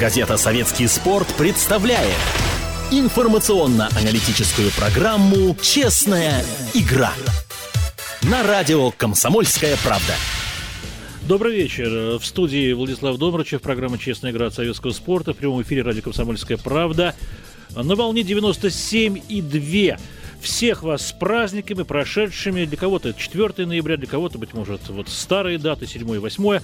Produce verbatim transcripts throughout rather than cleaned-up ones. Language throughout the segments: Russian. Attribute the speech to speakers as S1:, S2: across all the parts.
S1: Газета «Советский спорт» представляет информационно-аналитическую программу «Честная игра» на радио «Комсомольская правда».
S2: Добрый вечер. В студии Владислав Домрачев, программа «Честная игра» от советского спорта. В прямом эфире радио «Комсомольская правда». На волне девяносто семь и два. Всех вас с праздниками, прошедшими. Для кого-то это четвёртого ноября, для кого-то, быть может, вот старые даты, седьмое и восьмое.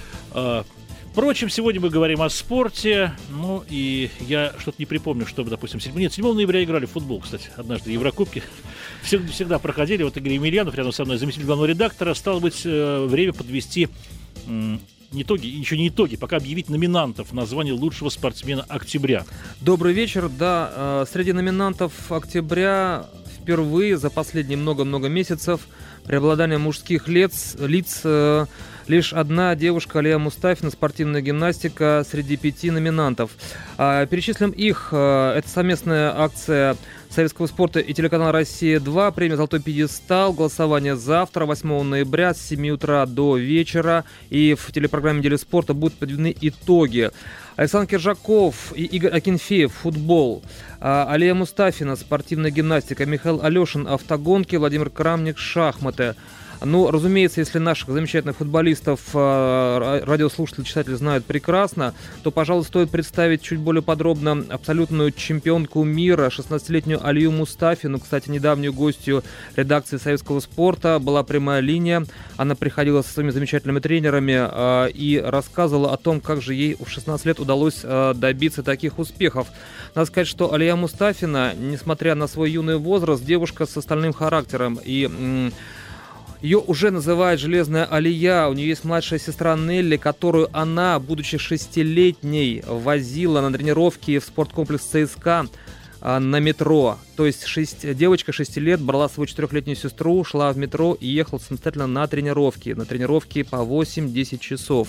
S2: Впрочем, сегодня мы говорим о спорте. Ну, и я что-то не припомню, чтобы, допустим, седьмого Нет, седьмого ноября играли в футбол, кстати, однажды Еврокубки. Всегда, всегда проходили. Вот Игорь Емельянов рядом со мной, заместитель главного редактора. Стало быть, время подвести м, итоги, еще не итоги, пока объявить номинантов на звание лучшего спортсмена октября.
S3: Добрый вечер. Да, среди номинантов октября впервые за последние много-много месяцев преобладание мужских лиц, лиц лишь одна девушка, Алия Мустафина, спортивная гимнастика, среди пяти номинантов. Перечислим их. Это совместная акция советского спорта и телеканала «Россия-два», премия «Золотой пьедестал». Голосование завтра, восьмого ноября, с семи утра до вечера. И в телепрограмме «Неделя спорта» будут подведены итоги. Александр Киржаков и Игорь Акинфеев, футбол. Алия Мустафина, спортивная гимнастика. Михаил Алешин, автогонки. Владимир Крамник, шахматы. Ну, разумеется, если наших замечательных футболистов радиослушатели, читатели знают прекрасно, то, пожалуй, стоит представить чуть более подробно абсолютную чемпионку мира, шестнадцатилетнюю Алию Мустафину, кстати, недавнюю гостью редакции «Советского спорта». Была прямая линия, она приходила со своими замечательными тренерами э, и рассказывала о том, как же ей в шестнадцать лет удалось э, добиться таких успехов. Надо сказать, что Алия Мустафина, несмотря на свой юный возраст, девушка с остальным характером, и... М- Ее уже называют «Железная Алия». У нее есть младшая сестра Нелли, которую она, будучи шестилетней, возила на тренировки в спорткомплекс ЦСКА на метро. То есть шесть, девочка шести лет брала свою четырехлетнюю сестру, шла в метро и ехала самостоятельно на тренировки. На тренировки по восемь-десять часов.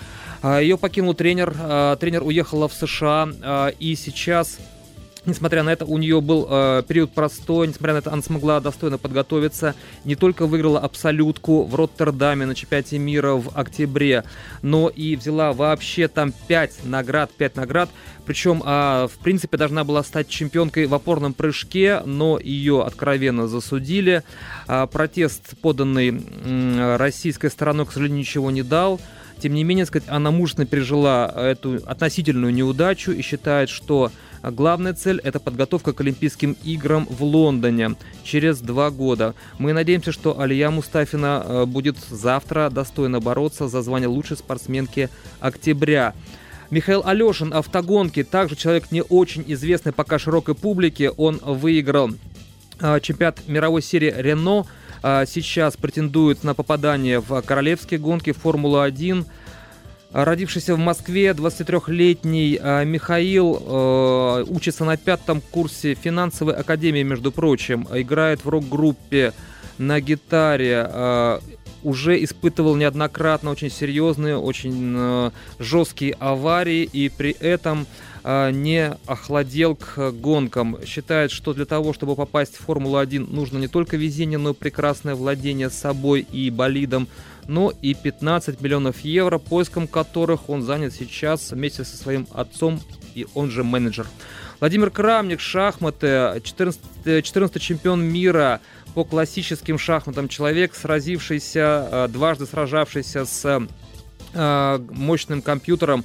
S3: Ее покинул тренер. Тренер уехала в США. И сейчас... Несмотря на это, у нее был э, период простой, несмотря на это, она смогла достойно подготовиться. Не только выиграла абсолютку в Роттердаме на чемпионате мира в октябре, но и взяла вообще там пять наград, пять наград. Причем, э, в принципе, должна была стать чемпионкой в опорном прыжке, но ее откровенно засудили. Э, протест, поданный э, российской стороной, к сожалению, ничего не дал. Тем не менее, сказать, она мужественно пережила эту относительную неудачу и считает, что главная цель – это подготовка к Олимпийским играм в Лондоне через два года. Мы надеемся, что Алия Мустафина будет завтра достойно бороться за звание лучшей спортсменки октября. Михаил Алешин, автогонки, также человек не очень известный пока широкой публике. Он выиграл чемпионат мировой серии «Рено». Сейчас претендует на попадание в королевские гонки Формула один. Родившийся в Москве двадцатитрёхлетний Михаил э, учится на пятом курсе финансовой академии, между прочим. Играет в рок-группе на гитаре. Э, уже испытывал неоднократно очень серьезные, очень э, жесткие аварии. И при этом э, не охладел к гонкам. Считает, что для того, чтобы попасть в Формулу один, нужно не только везение, но и прекрасное владение собой и болидом, но и пятнадцать миллионов евро, поиском которых он занят сейчас вместе со своим отцом, и он же менеджер. Владимир Крамник, шахматы, четырнадцатый, четырнадцатый чемпион мира по классическим шахматам, человек, сразившийся, дважды сражавшийся с э, мощным компьютером.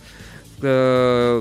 S3: Э,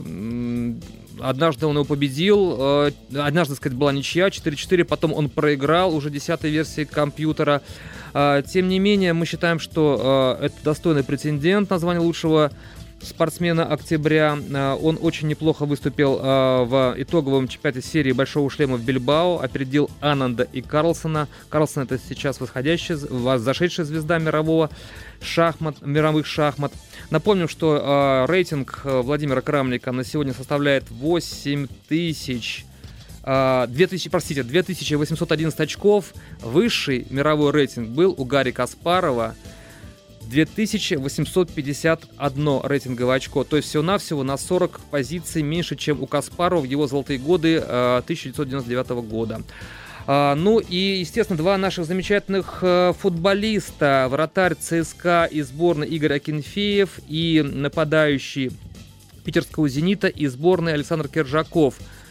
S3: Однажды он его победил, однажды, так сказать, была ничья, четыре-четыре, потом он проиграл уже десятой версии компьютера. Тем не менее, мы считаем, что это достойный претендент на звание лучшего спортсмена октября. Он очень неплохо выступил в итоговом чемпионате серии «Большого шлема» в Бильбао, опередил Ананда и Карлсона. Карлсон — это сейчас восходящая, зашедшая звезда мирового шахмат, мировых шахмат. Напомним, что э, рейтинг Владимира Крамника на сегодня составляет восемь тысяч, э, две тысячи, простите, две тысячи восемьсот одиннадцать очков. Высший мировой рейтинг был у Гарри Каспарова две тысячи восемьсот пятьдесят одно рейтинговое очко. То есть всего-навсего на сорок позиций меньше, чем у Каспарова в его золотые годы э, тысяча девятьсот девяносто девятого года. А, ну и, естественно, два наших замечательных э, футболиста. Вратарь ЦСКА и сборной Игорь Акинфеев и нападающий питерского «Зенита» и сборной Александр Кержаков.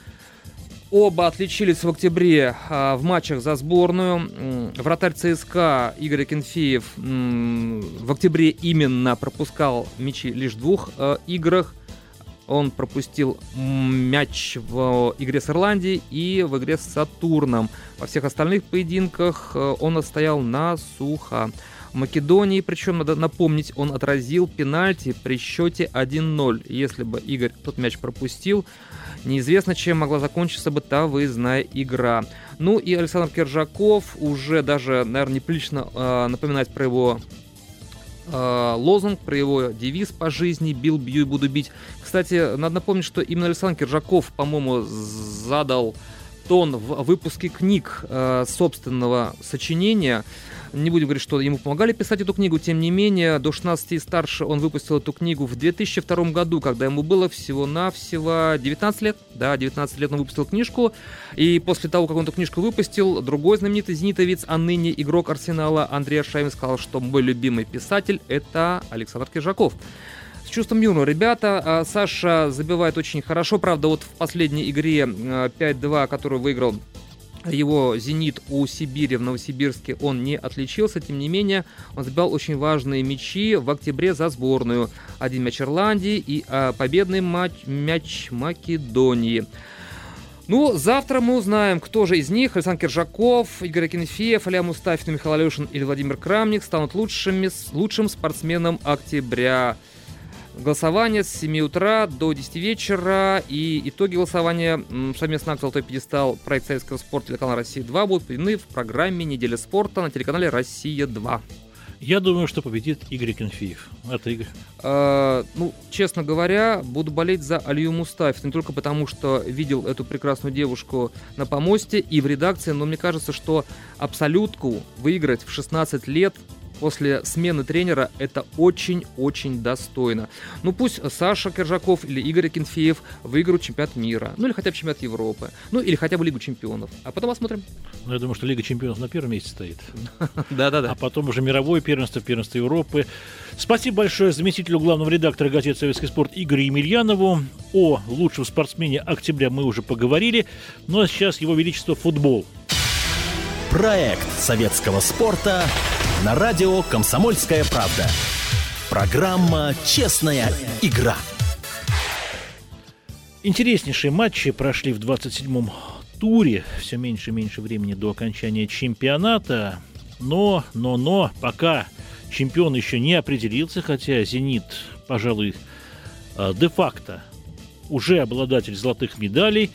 S3: Оба отличились в октябре а, в матчах за сборную. Вратарь ЦСКА Игорь Акинфеев м, в октябре именно пропускал мячи лишь в двух а, играх. Он пропустил мяч в игре с Ирландией и в игре с Сатурном. Во всех остальных поединках он отстоял на сухо. В Македонии, причем, надо напомнить, он отразил пенальти при счете один ноль. Если бы Игорь тот мяч пропустил, неизвестно, чем могла закончиться бы та выездная игра. Ну и Александр Кержаков уже даже, наверное, неприлично э, напоминать про его лозунг, про его девиз по жизни: «Бил, бью и буду бить». Кстати, надо напомнить, что именно Александр Кержаков, по-моему, задал тон в выпуске книг э, собственного сочинения. Не будем говорить, что ему помогали писать эту книгу, тем не менее, до шестнадцати и старше он выпустил эту книгу в две тысячи втором году, когда ему было всего-навсего девятнадцать лет. Да, девятнадцать лет он выпустил книжку, и после того, как он эту книжку выпустил, другой знаменитый зенитовец, а ныне игрок Арсенала Андрей Аршавин, сказал, что мой любимый писатель — это Александр Кержаков. С чувством юмора, ребята. Саша забивает очень хорошо, правда, вот в последней игре пять два, которую выиграл его «Зенит» у Сибири в Новосибирске, он не отличился. Тем не менее, он забивал очень важные мячи в октябре за сборную. Один мяч Ирландии и а, победный матч, мяч Македонии. Ну, завтра мы узнаем, кто же из них, Александр Кержаков, Игорь Акинфеев, Илья Мустафин, Михаил Алешин или Владимир Крамник, станут лучшими, лучшим спортсменом октября. Голосование с семи утра до десяти вечера, и итоги голосования совместно акт «Золотой пьедестал», проект советского спорта, телеканал «Россия-два» будут подведены в программе «Неделя спорта» на телеканале «Россия-два».
S2: Я думаю, что победит Игорь Акинфеев. А ты, Игорь?
S3: А, ну, честно говоря, буду болеть за Алию Мустафина, не только потому, что видел эту прекрасную девушку на помосте и в редакции, но мне кажется, что абсолютку выиграть в шестнадцать лет после смены тренера — это очень-очень достойно. Ну пусть Саша Кержаков или Игорь Акинфеев выиграют чемпионат мира, ну или хотя бы чемпионат Европы, ну или хотя бы Лигу чемпионов. А потом посмотрим.
S2: Ну, я думаю, что Лига чемпионов на первом месте стоит.
S3: Да-да-да.
S2: А потом уже мировое первенство, первенство Европы. Спасибо большое заместителю главного редактора газеты «Советский спорт» Игорю Емельянову. О лучшем спортсмене октября мы уже поговорили. Ну а сейчас его величество футбол.
S1: Проект советского спорта на радио «Комсомольская правда». Программа «Честная игра».
S2: Интереснейшие матчи прошли в двадцать седьмом туре. Все меньше и меньше времени до окончания чемпионата. Но, но, но, пока чемпион еще не определился, хотя «Зенит», пожалуй, де-факто уже обладатель золотых медалей.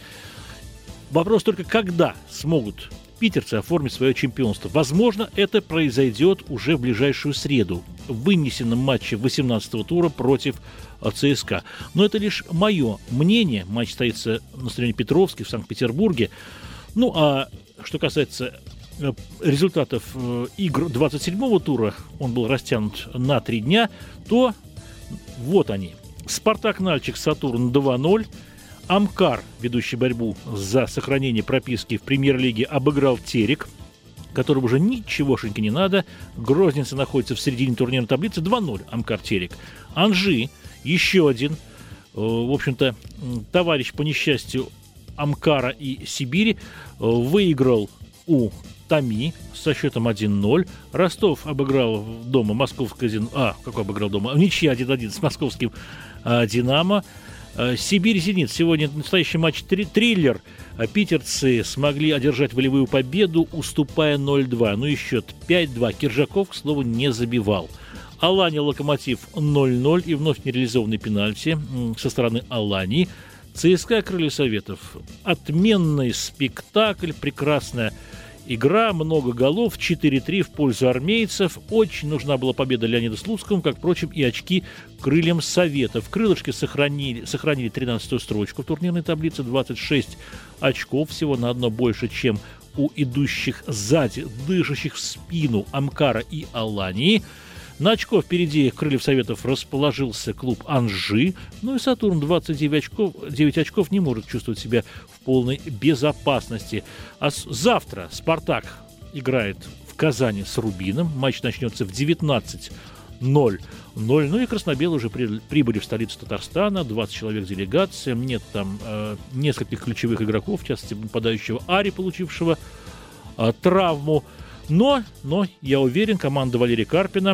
S2: Вопрос только, когда смогут питерцы оформить свое чемпионство. Возможно, это произойдет уже в ближайшую среду в вынесенном матче восемнадцатого тура против ЦСКА. Но это лишь мое мнение. Матч состоится на стадионе Петровский в Санкт-Петербурге. Ну, а что касается результатов игр двадцать седьмого тура, он был растянут на три дня, то вот они. «Спартак-Нальчик», «Сатурн» два ноль. «Амкар», ведущий борьбу за сохранение прописки в премьер-лиге, обыграл «Терек», которому уже ничегошеньки не надо. Грозненцы находятся в середине турнирной таблицы. два ноль «Амкар-Терек». «Анжи», еще один, в общем-то, товарищ по несчастью Амкара и Сибири, выиграл у Томи со счетом один ноль. Ростов обыграл дома московское «Динамо». А, какой обыграл дома? Ничья один один с московским а, «Динамо». Сибирь-Зенит. Сегодня настоящий матч триллер. Питерцы смогли одержать волевую победу, уступая ноль два. Ну и счет пять два. Киржаков, к слову, не забивал. Алания-Локомотив ноль ноль и вновь нереализованный пенальти со стороны Алании. ЦСКА «Крылья Советов». Отменный спектакль, прекрасная игра, много голов, четыре три в пользу армейцев. Очень нужна была победа Леониду Слуцкому, как, впрочем, и очки крыльям Советов. Крылышки сохранили, сохранили тринадцатую строчку в турнирной таблице, двадцать шесть очков, всего на одно больше, чем у идущих сзади, дышащих в спину Амкара и Алании. На очко впереди крыльев Советов расположился клуб «Анжи». Ну и «Сатурн» двадцать девять очков, девять очков не может чувствовать себя в полной безопасности. А завтра «Спартак» играет в Казани с «Рубином». Матч начнется в девятнадцать ноль ноль. Ну и красно-белые уже при, прибыли в столицу Татарстана, двадцать человек делегация, нет там э, нескольких ключевых игроков, в частности нападающего Ари, получившего э, травму. Но, но, я уверен, команда Валерия Карпина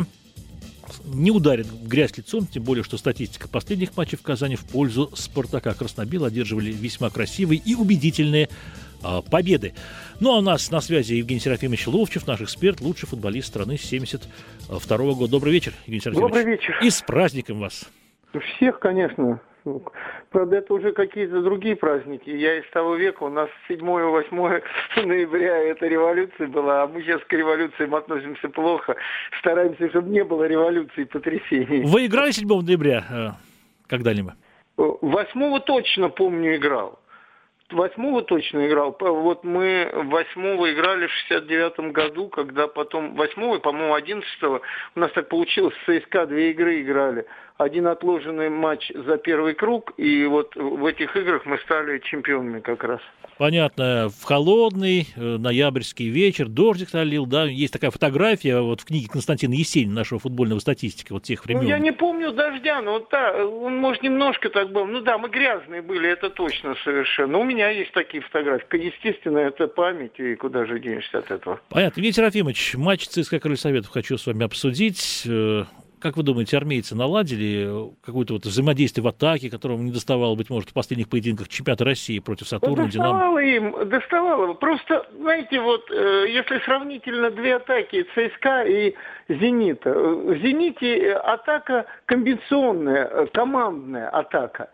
S2: не ударит в грязь лицом, тем более, что статистика последних матчей в Казани в пользу «Спартака». Красно-белые одерживали весьма красивые и убедительные а, победы. Ну, а у нас на связи Евгений Серафимович Ловчев, наш эксперт, лучший футболист страны семьдесят второго года. Добрый вечер, Евгений Серафимович.
S4: Добрый вечер.
S2: И с праздником вас.
S4: Всех, конечно. Правда, это уже какие-то другие праздники. Я из того века, у нас седьмое-восьмое ноября это революция была, а мы сейчас к революциям относимся плохо. Стараемся, чтобы не было революции и потрясений.
S2: Вы играли седьмого ноября э, когда-либо?
S4: восьмого точно, помню, играл. Восьмого точно играл. Вот мы восьмого играли в шестьдесят девятом году, когда потом восьмого, по-моему, одиннадцатого у нас так получилось, с ЦСКА две игры играли. Один отложенный матч за первый круг, и вот в этих играх мы стали чемпионами как раз.
S2: Понятно. В холодный э, ноябрьский вечер, дождик налил, да, есть такая фотография вот в книге Константина Есенина, нашего футбольного статистика, вот тех времен.
S4: Ну, я не помню дождя, но вот, да, он, может, немножко так был. Ну да, мы грязные были, это точно совершенно. Но у меня есть такие фотографии. Естественно, это память, и куда же денешься от этого.
S2: Понятно. Евгений Серафимович, матч ЦСКА Крылья Советов хочу с вами обсудить. Как вы думаете, армейцы наладили какое-то вот взаимодействие в атаке, которого не доставало, быть может, в последних поединках чемпионата России против Сатурна,
S4: ну,
S2: Динамо?
S4: Доставало им, доставало. Просто, знаете, вот э, если сравнительно две атаки ЦСКА и Зенита. В Зените атака комбинационная, командная атака.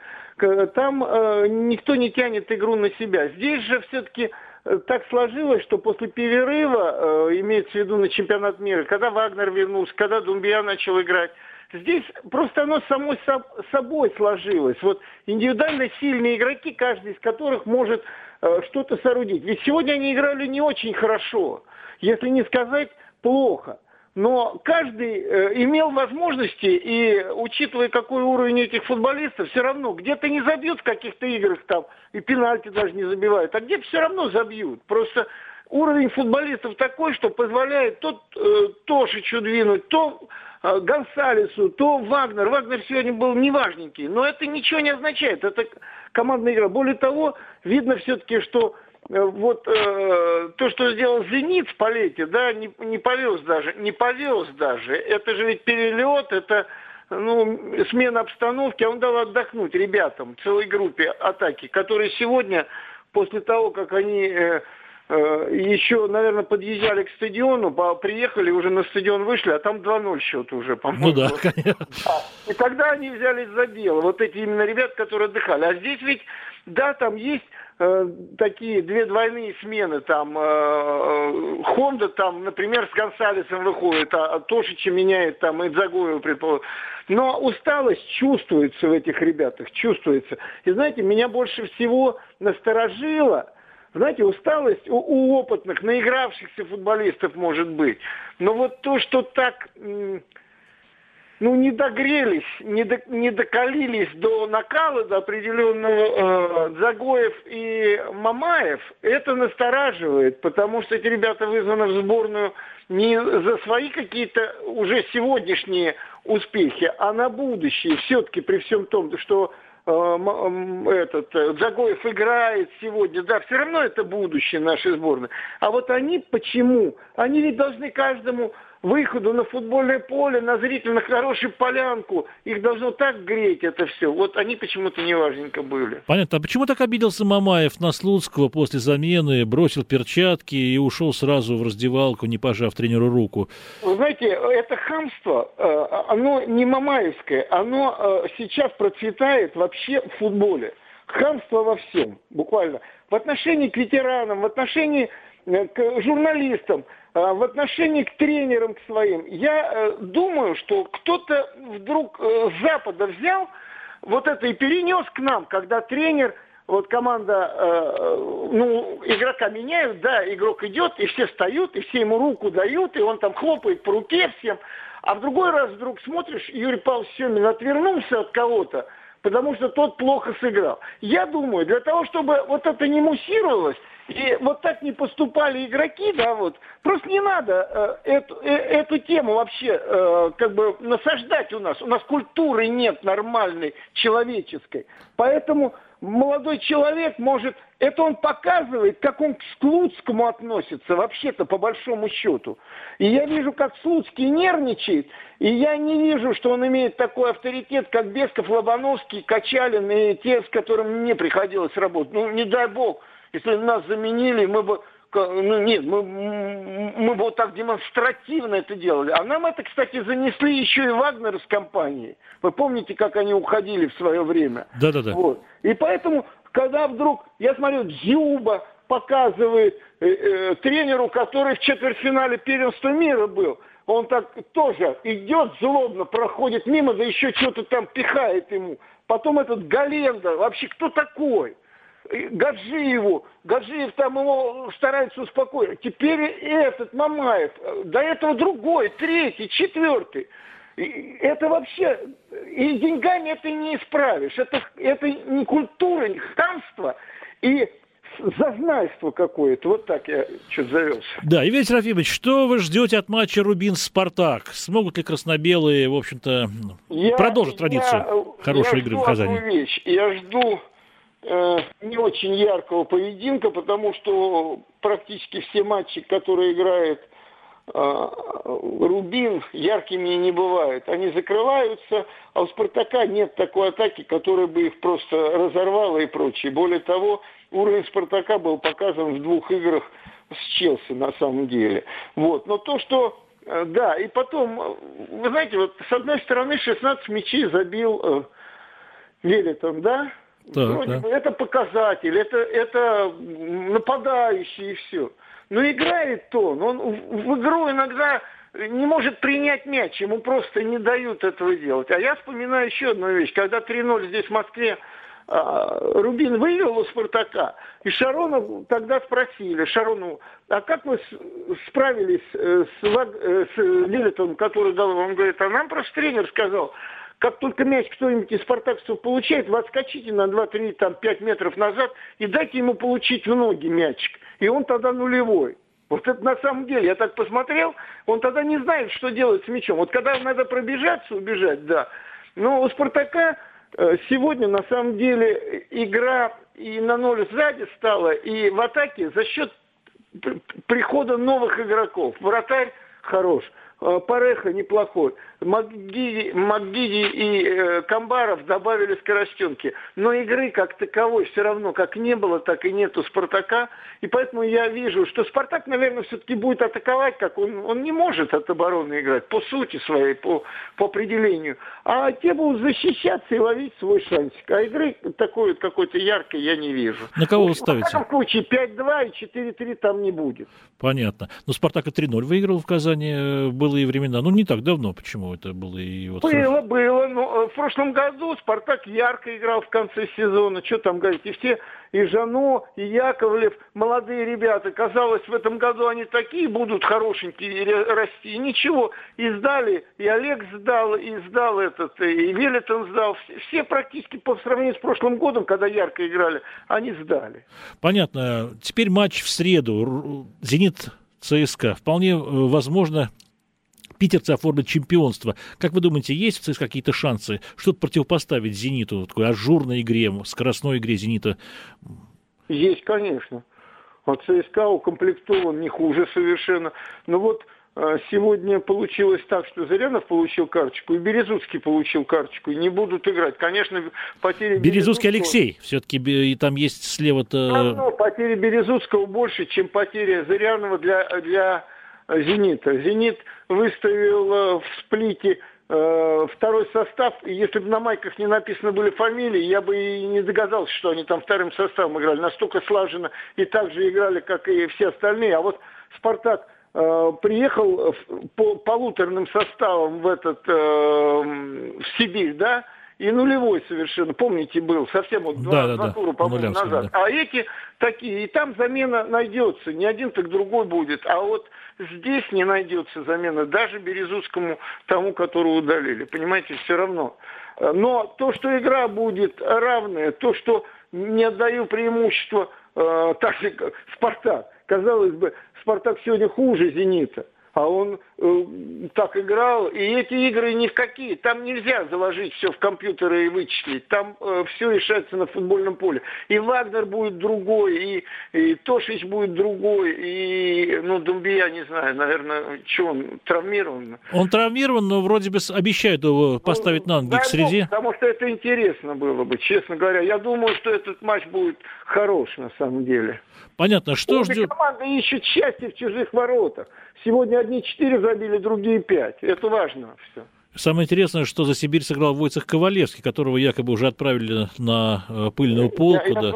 S4: Там э, никто не тянет игру на себя. Здесь же все-таки так сложилось, что после перерыва, э, имеется в виду на чемпионат мира, когда Вагнер вернулся, когда Думбия начал играть, здесь просто оно само собой сложилось. Вот индивидуально сильные игроки, каждый из которых может э, что-то соорудить. Ведь сегодня они играли не очень хорошо, если не сказать плохо. Но каждый э, имел возможности, и учитывая, какой уровень этих футболистов, все равно где-то не забьют в каких-то играх там, и пенальти даже не забивают, а где-то все равно забьют. Просто уровень футболистов такой, что позволяет то э, Тошичу двинуть, то э, Гонсалесу, то Вагнер. Вагнер сегодня был неважненький, но это ничего не означает, это командная игра. Более того, видно все-таки, что вот э, то, что сделал «Зенит» в полете, да, не, не повез даже, не повез даже. Это же ведь перелет, это ну, смена обстановки, а он дал отдохнуть ребятам, целой группе атаки, которые сегодня, после того, как они э, э, еще, наверное, подъезжали к стадиону, по, приехали, уже на стадион вышли, а там два ноль счет уже, по-моему.
S2: Ну да, конечно.
S4: И тогда они взялись за дело, вот эти именно ребята, которые отдыхали. А здесь ведь, да, там есть э, такие две двойные смены, там э, Хонда, там, например, с Гонсалесом выходит, а, а Тошича меняет, там, и Дзагоева, предположим. Но усталость чувствуется в этих ребятах, чувствуется. И знаете, меня больше всего насторожило, знаете, усталость у, у опытных, наигравшихся футболистов может быть. Но вот то, что так... М- Ну, не догрелись, не, до, не докалились до накала, до определенного э, Дзагоев и Мамаев, это настораживает, потому что эти ребята вызваны в сборную не за свои какие-то уже сегодняшние успехи, а на будущее. Все-таки при всем том, что э, этот, Дзагоев играет сегодня, да, все равно это будущее нашей сборной. А вот они почему? Они ведь должны каждому... выходу на футбольное поле, на зрителя, на хорошую полянку. Их должно так греть это все. Вот они почему-то неважненько были.
S2: Понятно. А почему так обиделся Мамаев на Слуцкого после замены, бросил перчатки и ушел сразу в раздевалку, не пожав тренеру руку?
S4: Вы знаете, это хамство, оно не мамаевское, оно сейчас процветает вообще в футболе. Хамство во всем, буквально. В отношении к ветеранам, в отношении к журналистам, в отношении к тренерам, к своим. Я думаю, что кто-то вдруг с Запада взял вот это и перенес к нам, когда тренер, вот команда, ну, игрока меняют, да, игрок идет, и все встают, и все ему руку дают, и он там хлопает по руке всем. А в другой раз вдруг смотришь, Юрий Павлович Семин отвернулся от кого-то, потому что тот плохо сыграл. Я думаю, для того, чтобы вот это не муссировалось, И вот так не поступали игроки, да, вот. Просто не надо э, эту, э, эту тему вообще э, как бы насаждать у нас. У нас культуры нет нормальной, человеческой. Поэтому молодой человек может... Это он показывает, как он к Слуцкому относится, вообще-то, по большому счету. И я вижу, как Слуцкий нервничает, и я не вижу, что он имеет такой авторитет, как Бесков, Лобановский, Качалин и те, с которыми мне приходилось работать. Ну, не дай бог. Если нас заменили, мы бы, ну нет, мы, мы бы вот так демонстративно это делали. А нам это, кстати, занесли еще и Вагнер из компании. Вы помните, как они уходили в свое время?
S2: Да-да-да.
S4: Вот. И поэтому, когда вдруг, я смотрю, Дзюба показывает э, э, тренеру, который в четвертьфинале первенства мира был, он так тоже идет злобно, проходит мимо, да еще что-то там пихает ему. Потом этот Галенда, вообще кто такой? Гаджиеву, Гаджиев там его старается успокоить. Теперь этот Мамаев, до этого другой, третий, четвертый. И это вообще, и деньгами это не исправишь. Это, это не культура, не хамство и зазнайство какое-то. Вот так я что-то завелся.
S2: Да, Евгений Серафимович, что вы ждете от матча Рубин-Спартак? Смогут ли краснобелые, в общем-то, я, продолжить традицию я, хорошей я игры в Казани?
S4: Вещь. Я жду не очень яркого поединка, потому что практически все матчи, которые играет э, Рубин, яркими не бывают. Они закрываются, а у Спартака нет такой атаки, которая бы их просто разорвала и прочее. Более того, уровень Спартака был показан в двух играх с Челси на самом деле. Вот. Но то, что... Э, да, и потом, вы знаете, вот с одной стороны шестнадцать мячей забил э, Велитон, да?
S2: Так,
S4: Вроде
S2: да.
S4: бы это показатель, это, это нападающий и все. Но играет он, он в, в игру иногда не может принять мяч, ему просто не дают этого делать. А я вспоминаю еще одну вещь, когда три ноль здесь в Москве а, Рубин вывел у Спартака, и Шаронов тогда спросили, Шарону, а как вы с, справились с, с Лилитоном, который дал? Он говорит, а нам просто тренер сказал, как только мяч кто-нибудь из спартаковцев получает, вы отскочите на два-три, там, пять метров назад и дайте ему получить в ноги мячик. И он тогда нулевой. Вот это на самом деле, я так посмотрел, он тогда не знает, что делать с мячом. Вот когда надо пробежаться, убежать, да. Но у Спартака э, сегодня на самом деле игра и на ноль сзади стала, и в атаке за счет прихода новых игроков. Вратарь хорош. Пареха неплохой. Макгиди, Макгиди и э, Камбаров добавили скоростенки. Но игры как таковой все равно как не было, так и нет у Спартака. И поэтому я вижу, что Спартак, наверное, все-таки будет атаковать, как он, он не может от обороны играть, по сути своей, по, по определению. А те будут защищаться и ловить свой шансик. А игры такой вот какой-то яркой я не вижу.
S2: На кого вы ставите?
S4: В этом случае пять-два и четыре-три там не будет.
S2: Понятно. Но Спартак и три ноль выиграл в Казани, было и времена. Ну, не так давно, почему это было и вот...
S4: Было,
S2: хорошо.
S4: было. Но в прошлом году Спартак ярко играл в конце сезона. Что там говорить? И все, и Жано, и Яковлев, молодые ребята. Казалось, в этом году они такие будут хорошенькие расти. И ничего. И сдали, и Олег сдал, и сдал этот, и Велитон сдал. Все, все практически по сравнению с прошлым годом, когда ярко играли, они сдали.
S2: Понятно. Теперь матч в среду. «Зенит» ЦСКА. Вполне возможно, питерцы оформят чемпионство. Как вы думаете, есть в ЦСКА какие-то шансы что-то противопоставить «Зениту», такой ажурной игре, скоростной игре «Зенита»?
S4: Есть, конечно. А ЦСКА укомплектован не хуже совершенно. Но вот сегодня получилось так, что Зырянов получил карточку, и Березуцкий получил карточку, и не будут играть. Конечно, потери
S2: Березуцкий
S4: Березуцкого...
S2: Алексей, все-таки и там есть слева-то...
S4: Равно потери Березуцкого больше, чем потери Зырянова для, для «Зенита». «Зенит» выставил в сплите э, второй состав, и если бы на майках не написаны были фамилии, я бы и не догадался, что они там вторым составом играли. Настолько слаженно и так же играли, как и все остальные. А вот «Спартак» приехал по полуторным составом в этот э, в Сибирь, да, и нулевой совершенно, помните, был совсем вот два,
S2: да, да,
S4: два
S2: да.
S4: тура, по-моему, назад. Да. А эти такие, и там замена найдется, не один, так другой будет. А вот здесь не найдется замена даже Березуцкому, тому, которого удалили. Понимаете, все равно. Но то, что игра будет равная, то, что не отдаю преимущество, э, так же как «Спартак». Казалось бы, «Спартак» сегодня хуже «Зенита». А он э, так играл, и эти игры ни в какие. Там нельзя заложить все в компьютеры и вычислить. Там э, все решается на футбольном поле. И Вагнер будет другой, и, и Тошич будет другой, и, ну, Думбия, не знаю, наверное, что он, травмирован?
S2: Он травмирован, но вроде бы обещают его поставить ну, на ноги к среде.
S4: Потому что это интересно было бы, честно говоря. Я думаю, что этот матч будет хорош, на самом деле.
S2: Понятно, что
S4: Обе
S2: ждет...
S4: команды ищут счастье в чужих воротах. Сегодня одни четыре забили, другие пять. Это важно все.
S2: Самое интересное, что за Сибирь сыграл Войцех Ковалевский, которого якобы уже отправили на э, пыльную полку.
S4: Я,
S2: да.
S4: я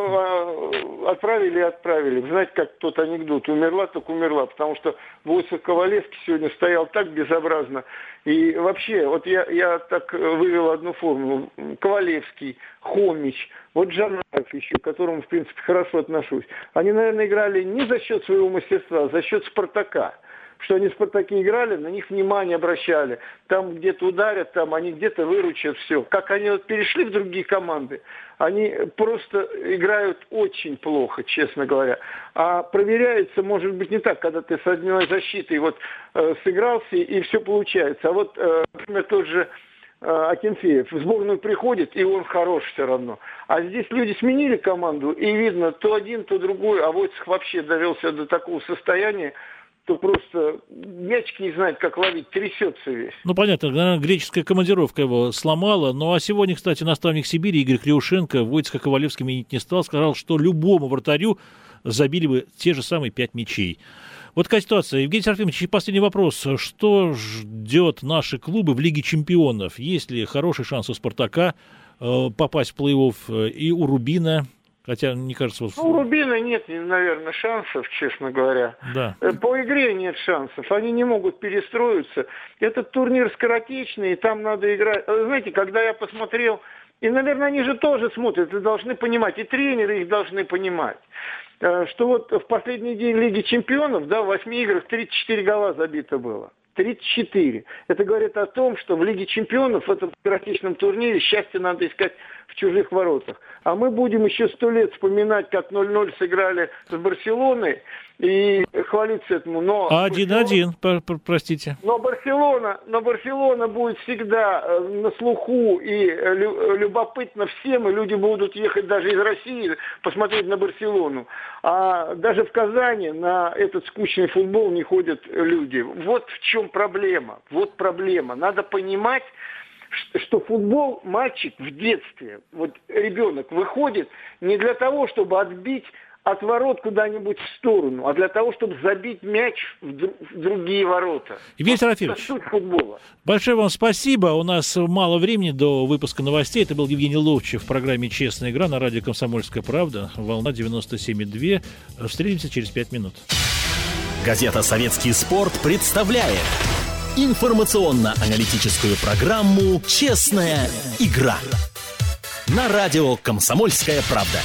S4: думаю, отправили и отправили. Вы знаете, как тот анекдот. Умерла, так умерла. Потому что Войцех Ковалевский сегодня стоял так безобразно. И вообще, вот я, я так вывел одну формулу. Ковалевский, Хомич, вот Жанаев еще, к которому, в принципе, хорошо отношусь. Они, наверное, играли не за счет своего мастерства, а за счет «Спартака». Что они в «Спартаке» играли, на них внимание обращали. Там где-то ударят, там они где-то выручат, все. Как они вот перешли в другие команды, они просто играют очень плохо, честно говоря. А проверяется, может быть, не так, когда ты с одной защитой вот э, сыгрался, и все получается. А вот, э, например, тот же э, Акинфеев в сборную приходит, и он хорош все равно. А здесь люди сменили команду, и видно, то один, то другой, а Войцех вообще довелся до такого состояния, то просто мячик не знает, как ловить, трясется весь.
S2: Ну, понятно, наверное, греческая командировка его сломала. Ну, а сегодня, кстати, наставник Сибири Игорь Кривушенко Войцеха Ковалевским менять не стал. Сказал, что любому вратарю забили бы те же самые пять мячей. Вот такая ситуация. Евгений Серафимович, последний вопрос. Что ждет наши клубы в Лиге чемпионов? Есть ли хороший шанс у «Спартака» э, попасть в плей-офф и у «Рубина»? Хотя, мне кажется... Вот...
S4: Ну, у «Рубина» нет, наверное, шансов, честно говоря.
S2: Да.
S4: По игре нет шансов. Они не могут перестроиться. Этот турнир скоротечный, и там надо играть... Знаете, когда я посмотрел... И, наверное, они же тоже смотрят и должны понимать, и тренеры их должны понимать, что вот в последний день Лиги чемпионов, да, в восьми играх тридцать четыре гола забито было. тридцать четыре. Это говорит о том, что в Лиге чемпионов, в этом скоротечном турнире, счастье надо искать в чужих воротах. А мы будем еще сто лет вспоминать, как ноль-ноль сыграли с Барселоной и хвалиться этому. Но
S2: один-один, Барселона... простите.
S4: Но Барселона, но Барселона будет всегда на слуху и любопытно всем, и люди будут ехать даже из России посмотреть на Барселону. А даже в Казани на этот скучный футбол не ходят люди. Вот в чем проблема. Вот проблема. Надо понимать, что футбол мальчик в детстве, вот ребенок выходит не для того, чтобы отбить от ворот куда-нибудь в сторону, а для того, чтобы забить мяч в, дру- в другие ворота.
S2: Евгений
S4: вот
S2: Серафимович,
S4: суть футбола.
S2: Большое вам спасибо. У нас мало времени до выпуска новостей. Это был Евгений Ловчев в программе «Честная игра» на радио «Комсомольская правда». Волна девяносто семь и два. Встретимся через пять минут.
S1: Газета «Советский спорт» представляет информационно-аналитическую программу «Честная игра» на радио «Комсомольская правда».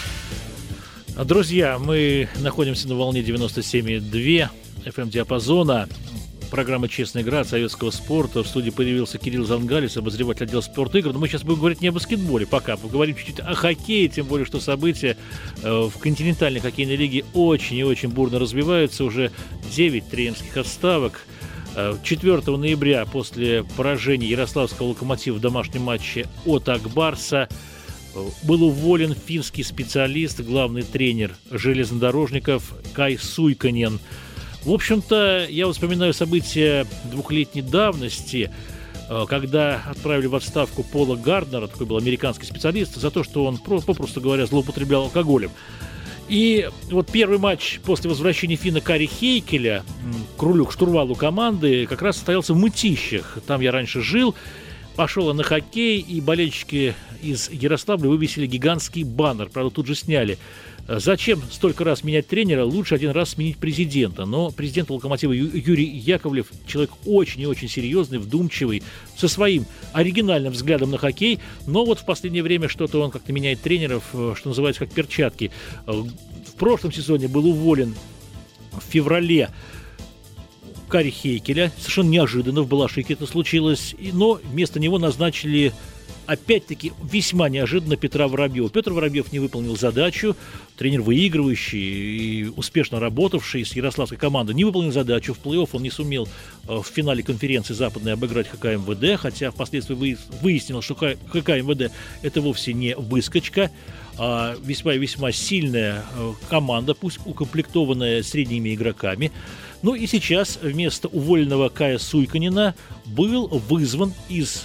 S2: Друзья, мы находимся на волне девяносто семь и два эф эм-диапазона. Программа «Честная игра» от советского спорта. В студии появился Кирилл Зангалис, обозреватель отдела спорт-игр. Но мы сейчас будем говорить не о баскетболе пока. Поговорим чуть-чуть о хоккее, тем более, что события в континентальной хоккейной лиге очень и очень бурно развиваются. Уже девять тренерских отставок. четвёртого ноября после поражения Ярославского «Локомотива» в домашнем матче от Акбарса был уволен финский специалист, главный тренер железнодорожников Кай Суйканен. В общем-то, я вспоминаю события двухлетней давности, когда отправили в отставку Пола Гарднера, такой был американский специалист, за то, что он, попросту говоря, злоупотреблял алкоголем. И вот первый матч после возвращения финна Кари Хейкеля к рулю, к штурвалу команды как раз состоялся в Мытищах. Там я раньше жил. Пошел я на хоккей, и болельщики из Ярославля вывесили гигантский баннер. Правда, тут же сняли. Зачем столько раз менять тренера? Лучше один раз сменить президента. Но президент «Локомотива» Юрий Яковлев человек очень и очень серьезный, вдумчивый, со своим оригинальным взглядом на хоккей. Но вот в последнее время что-то он как-то меняет тренеров, что называется, как перчатки. В прошлом сезоне был уволен в феврале Кари Хейкеля. Совершенно неожиданно в Балашихе это случилось. Но вместо него назначили, опять-таки, весьма неожиданно Петра Воробьева. Петр Воробьев не выполнил задачу. Тренер, выигрывающий и успешно работавший с ярославской командой, не выполнил задачу. В плей-офф он не сумел в финале конференции западной обыграть ХК МВД, хотя впоследствии выяснилось, что ХК МВД это вовсе не выскочка, а весьма и весьма сильная команда, пусть укомплектованная средними игроками. Ну и сейчас вместо уволенного Кая Суйканина был вызван из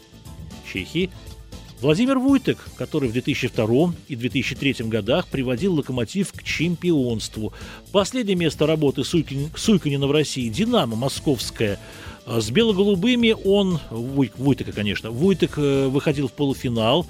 S2: Чехии Владимир Вуйтек, который в две тысячи втором и две тысячи третьем годах приводил «Локомотив» к чемпионству. Последнее место работы Суйкин, Суйканина в России – «Динамо» московское. С бело-голубыми он, Вуйтека, конечно, Вуйтек выходил в полуфинал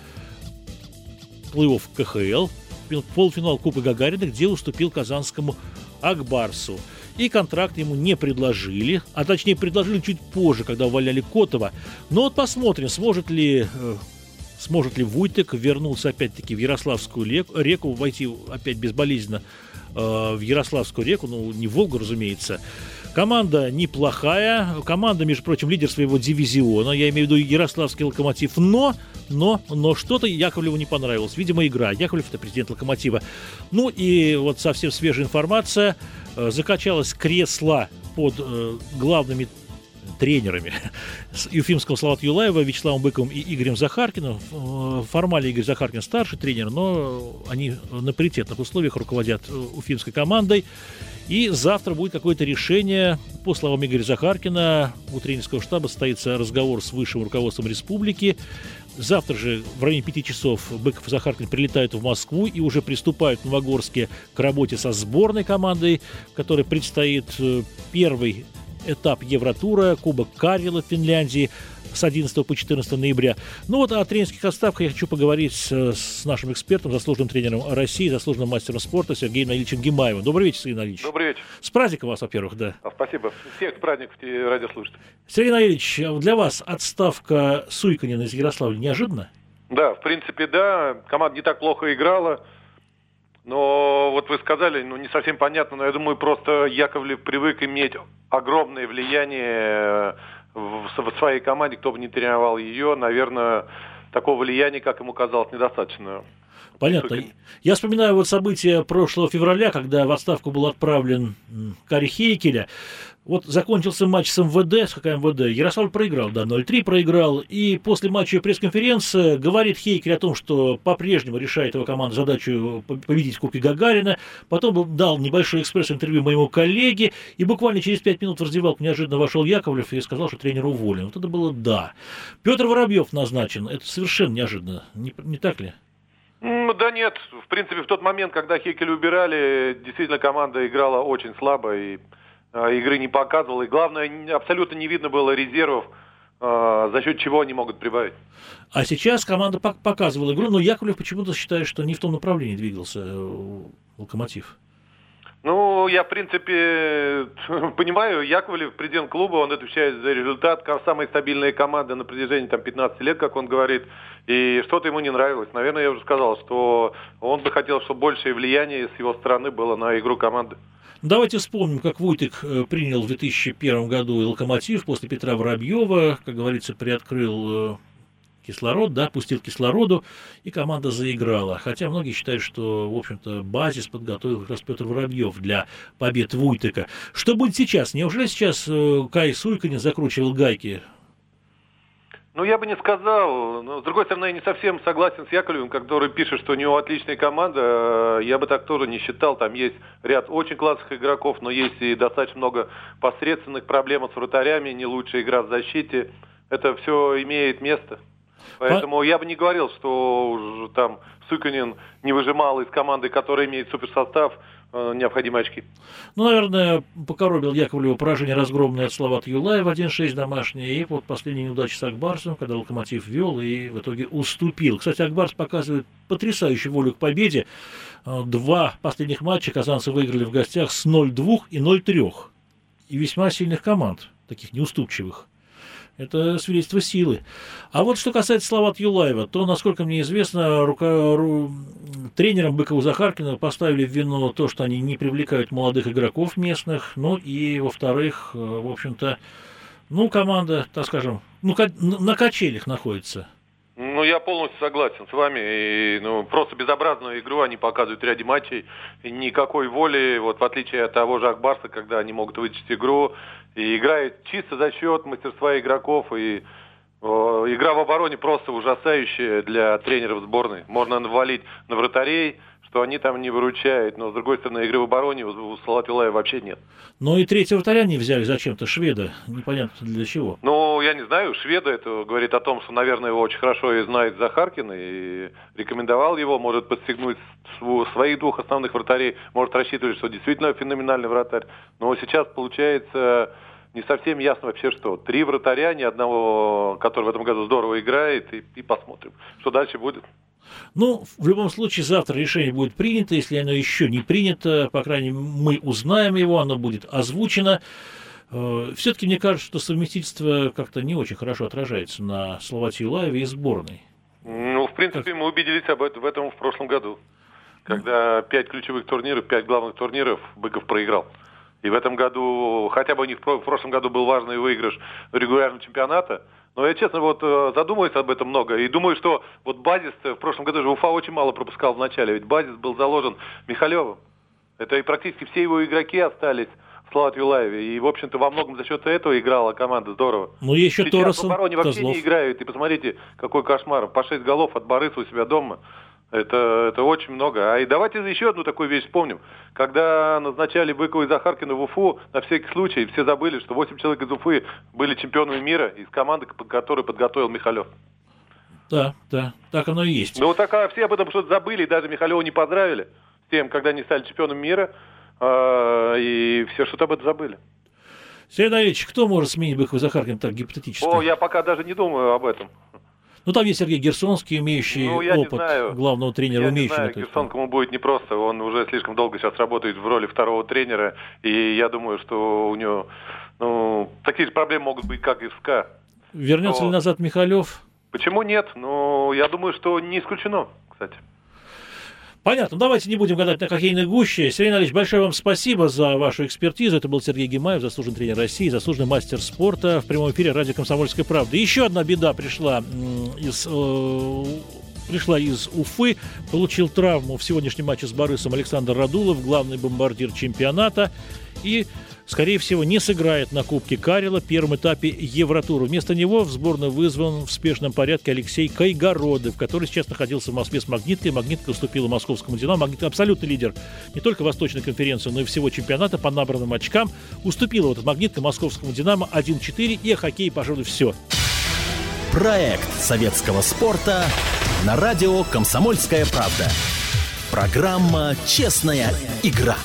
S2: плей-офф ка ха эл, в полуфинал Кубка Гагарина, где уступил казанскому Акбарсу. И контракт ему не предложили, а точнее предложили чуть позже, когда увольняли Котова. Но вот посмотрим, сможет ли, э, сможет ли Вуйтек вернуться опять-таки в Ярославскую реку, войти опять безболезненно э, в Ярославскую реку, ну не в Волгу, разумеется. Команда неплохая, команда, между прочим, лидер своего дивизиона, я имею в виду Ярославский Локомотив, но, но, но что-то Яковлеву не понравилось, видимо, игра. Яковлев – это президент Локомотива. Ну и вот совсем свежая информация, закачалось кресло под э, главными тренерами Юфимского Салавата Юлаева, Вячеславом Быковым и Игорем Захаркиным. Формально Игорь Захаркин старший тренер, но они на паритетных условиях руководят уфимской командой. И завтра будет какое-то решение. По словам Игоря Захаркина, у тренерского штаба состоится разговор с высшим руководством республики. Завтра же в районе пяти часов Быков и Захаркин прилетают в Москву и уже приступают в Новогорске к работе со сборной командой, которой предстоит первый этап Евротура, Кубок Карела в Финляндии с одиннадцатого по четырнадцатое ноября. Ну вот о тренерских отставках я хочу поговорить с, с нашим экспертом, заслуженным тренером России, заслуженным мастером спорта Сергеем Наилевичем Гимаевым. Добрый вечер, Сергей Наилевич.
S5: Добрый вечер.
S2: С праздником вас, во-первых, да.
S5: А, спасибо. Всех праздников радиослушателей.
S2: Сергей Наилевич, для вас отставка Суйканина из Ярославля неожиданно?
S5: Да, в принципе, да. Команда не так плохо играла. Но вот вы сказали, ну не совсем понятно, но я думаю, просто Яковлев привык иметь огромное влияние в, в своей команде, кто бы ни тренировал ее, наверное, такого влияния, как ему казалось, недостаточно.
S2: Понятно. Я вспоминаю вот события прошлого февраля, когда в отставку был отправлен Кари Хейкеля. Вот закончился матч с МВД, с ХК МВД. Ярославль проиграл, да, ноль три проиграл. И после матча пресс-конференции говорит Хейкель о том, что по-прежнему решает его команда задачу победить в Кубке Гагарина. Потом дал небольшое экспресс-интервью моему коллеге. И буквально через пять минут в раздевалку неожиданно вошел Яковлев и сказал, что тренер уволен. Вот это было да. Петр Воробьев назначен. Это совершенно неожиданно. Не, не так ли?
S5: Да нет. В принципе, в тот момент, когда Хейкеля убирали, действительно команда играла очень слабо и игры не показывал, и главное, абсолютно не видно было резервов, э, за счет чего они могут прибавить.
S2: А сейчас команда показывала игру, но Яковлев почему-то считает, что не в том направлении двигался Локомотив.
S5: Ну, я, в принципе, понимаю, Яковлев, президент клуба, он отвечает за результат, самая стабильная команда на протяжении там, пятнадцати лет, как он говорит, и что-то ему не нравилось. Наверное, я уже сказал, что он бы хотел, чтобы большее влияние с его стороны было на игру команды.
S2: Давайте вспомним, как Вуйтек принял в две тысячи первом году и Локомотив после Петра Воробьева, как говорится, приоткрыл кислород, да, пустил кислороду, и команда заиграла. Хотя многие считают, что, в общем-то, базис подготовил как раз Петр Воробьев для побед Вуйтека. Что будет сейчас? Неужели сейчас Кай Суйканин закручивал гайки?
S5: Ну, я бы не сказал. Но, с другой стороны, я не совсем согласен с Яковлевым, который пишет, что у него отличная команда. Я бы так тоже не считал. Там есть ряд очень классных игроков, но есть и достаточно много посредственных проблем с вратарями, не лучшая игра в защите. Это все имеет место. Поэтому я бы не говорил, что там Суйканин не выжимал из команды, которая имеет суперсостав, необходимые очки.
S2: Ну, наверное, покоробил Яковлева поражение разгромное от Салавата Юлаева один шесть домашнее, и вот последняя неудача с Акбарсом, когда Локомотив вел и в итоге уступил. Кстати, Акбарс показывает потрясающую волю к победе. Два последних матча казанцы выиграли в гостях с ноль два и ноль три. И весьма сильных команд, таких неуступчивых. Это свидетельство силы. А вот что касается Салавата Юлаева, то, насколько мне известно, рука, ру, тренерам Быкову-Захаркину поставили в вину то, что они не привлекают молодых игроков местных, ну и, во-вторых, в общем-то, ну, команда, так скажем, ну, на качелях находится.
S5: Ну, я полностью согласен с вами. И, ну, просто безобразную игру они показывают в ряде матчей. И никакой воли, вот в отличие от того же Акбарса, когда они могут вытащить игру, и играют чисто за счет мастерства игроков. И о, игра в обороне просто ужасающая для тренеров сборной. Можно навалить на вратарей, что они там не выручают. Но, с другой стороны, игры в обороне у Салавата Юлаева вообще нет.
S2: Ну и третьего вратаря не взяли зачем-то, шведа. Непонятно для чего.
S5: Ну, я не знаю, шведа это говорит о том, что, наверное, его очень хорошо и знает Захаркин, и рекомендовал его, может подстегнуть своих двух основных вратарей, может рассчитывать, что действительно феноменальный вратарь. Но сейчас получается не совсем ясно вообще, что три вратаря, ни одного, который в этом году здорово играет, и, и посмотрим, что дальше будет.
S2: Ну, в любом случае, завтра решение будет принято. Если оно еще не принято, по крайней мере, мы узнаем его, оно будет озвучено. Все-таки мне кажется, что совместительство как-то не очень хорошо отражается на Салавате Юлаеве и сборной.
S5: Ну, в принципе, как... мы убедились об этом в этом в прошлом году, когда пять ключевых турниров, пять главных турниров Быков проиграл. И в этом году, хотя бы у них в прошлом году был важный выигрыш регулярного чемпионата, но я, честно, вот задумываюсь об этом много и думаю, что вот базис в прошлом году же Уфа очень мало пропускал в начале, ведь базис был заложен Михалевым. Это и практически все его игроки остались в Салавате Юлаеве, и, в общем-то, во многом за счет этого играла команда здорово.
S2: Ну, еще
S5: сейчас
S2: Торресон,
S5: в обороне вообще
S2: Козлов.
S5: Не играют, и посмотрите, какой кошмар, по шесть голов от Бориса у себя дома. Это, это очень много. А и давайте еще одну такую вещь вспомним. Когда назначали Быкова и Захаркина в Уфу, на всякий случай, все забыли, что восемь человек из Уфы были чемпионами мира из команды, которую подготовил Михалев.
S2: Да, да, так оно и есть.
S5: Ну, так а все об этом что-то забыли, и даже Михалева не поздравили с тем, когда они стали чемпионами мира, э, и все что-то об этом забыли.
S2: Сергей Давидович, кто может сменить Быкова и Захаркина так гипотетически?
S5: О, я пока даже не думаю об этом.
S2: Ну, там есть Сергей Герсонский, имеющий
S5: ну, я
S2: опыт главного тренера,
S5: я
S2: умеющий.
S5: Я не знаю, Герсонскому будет непросто. Он уже слишком долго сейчас работает в роли второго тренера. И я думаю, что у него ну, такие же проблемы могут быть, как и в СКА.
S2: Вернется Но... ли назад Михалев?
S5: Почему нет? Ну, я думаю, что не исключено, кстати.
S2: Понятно. Давайте не будем гадать на хоккейной гуще. Сергей Анатольевич, большое вам спасибо за вашу экспертизу. Это был Сергей Гимаев, заслуженный тренер России, заслуженный мастер спорта в прямом эфире радио «Комсомольская правда». Еще одна беда пришла из, э, пришла из Уфы. Получил травму в сегодняшнем матче с Борисом Александр Радулов, главный бомбардир чемпионата. И, скорее всего, не сыграет на Кубке Карела в первом этапе Евротура. Вместо него в сборную вызван в спешном порядке Алексей Кайгородов, который сейчас находился в Москве с «Магниткой». «Магнитка» уступила московскому «Динамо». «Магнитка» абсолютный лидер не только Восточной конференции, но и всего чемпионата по набранным очкам. Уступила вот «Магнитка» московскому «Динамо» один четыре. И о хоккее, пожалуй, все.
S1: Проект советского спорта на радио «Комсомольская правда». Программа «Честная игра».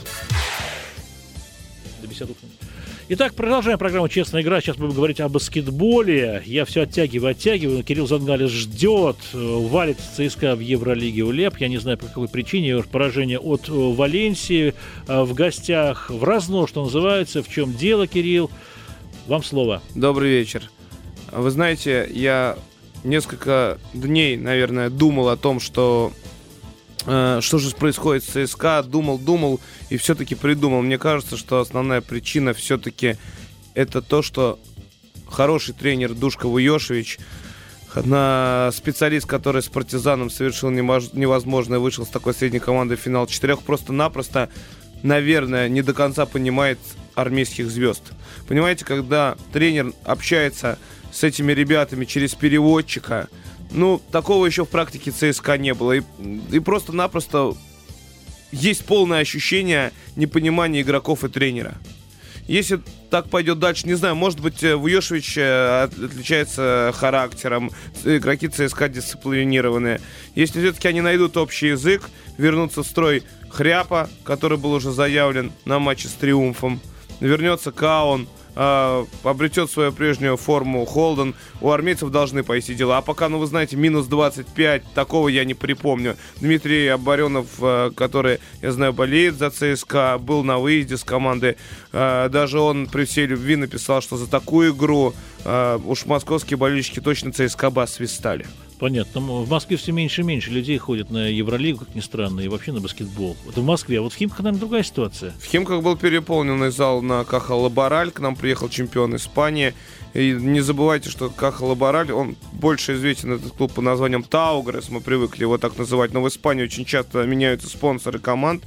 S2: Итак, продолжаем программу «Честная игра». Сейчас будем говорить о баскетболе. Я все оттягиваю, оттягиваю. Кирилл Зангалис ждет. Валит ЦСКА в Евролиге УЛЕП. Я не знаю, по какой причине. Поражение от Валенсии в гостях. В разнос, что называется. В чем дело, Кирилл? Вам слово.
S3: Добрый вечер. Вы знаете, я несколько дней, наверное, думал о том, что... Что же происходит с ЦСКА? Думал, думал и все-таки придумал. Мне кажется, что основная причина все-таки это то, что хороший тренер Душко Вуйошевич, специалист, который с «Партизаном» совершил невозможное, вышел с такой средней командой в финал четырех, просто-напросто, наверное, не до конца понимает армейских звезд. Понимаете, когда тренер общается с этими ребятами через переводчика, ну, такого еще в практике ЦСКА не было. И, и просто-напросто есть полное ощущение непонимания игроков и тренера. Если так пойдет дальше, не знаю, может быть, Вуйошевич отличается характером, игроки ЦСКА дисциплинированные. Если все-таки они найдут общий язык, вернутся в строй Хряпа, который был уже заявлен на матче с «Триумфом», вернется Каун, обретет свою прежнюю форму Холден, у армейцев должны пойти дела. А пока, ну вы знаете, минус двадцать пять, такого я не припомню. Дмитрий Абаренов, который, я знаю, болеет за ЦСКА, был на выезде с команды. Даже он при всей любви написал, что за такую игру уж московские болельщики точно ЦСКА бы освистали.
S2: Понятно. В Москве все меньше и меньше людей ходят на Евролигу, как ни странно, и вообще на баскетбол. Это в Москве, а вот в Химках, наверное, другая ситуация.
S6: В Химках был переполненный зал на Каха-Лабораль, к нам приехал чемпион Испании. И не забывайте, что Каха-Лабораль, он больше известен, этот клуб, по названием Таугрес, мы привыкли его так называть, но в Испании очень часто меняются спонсоры команд.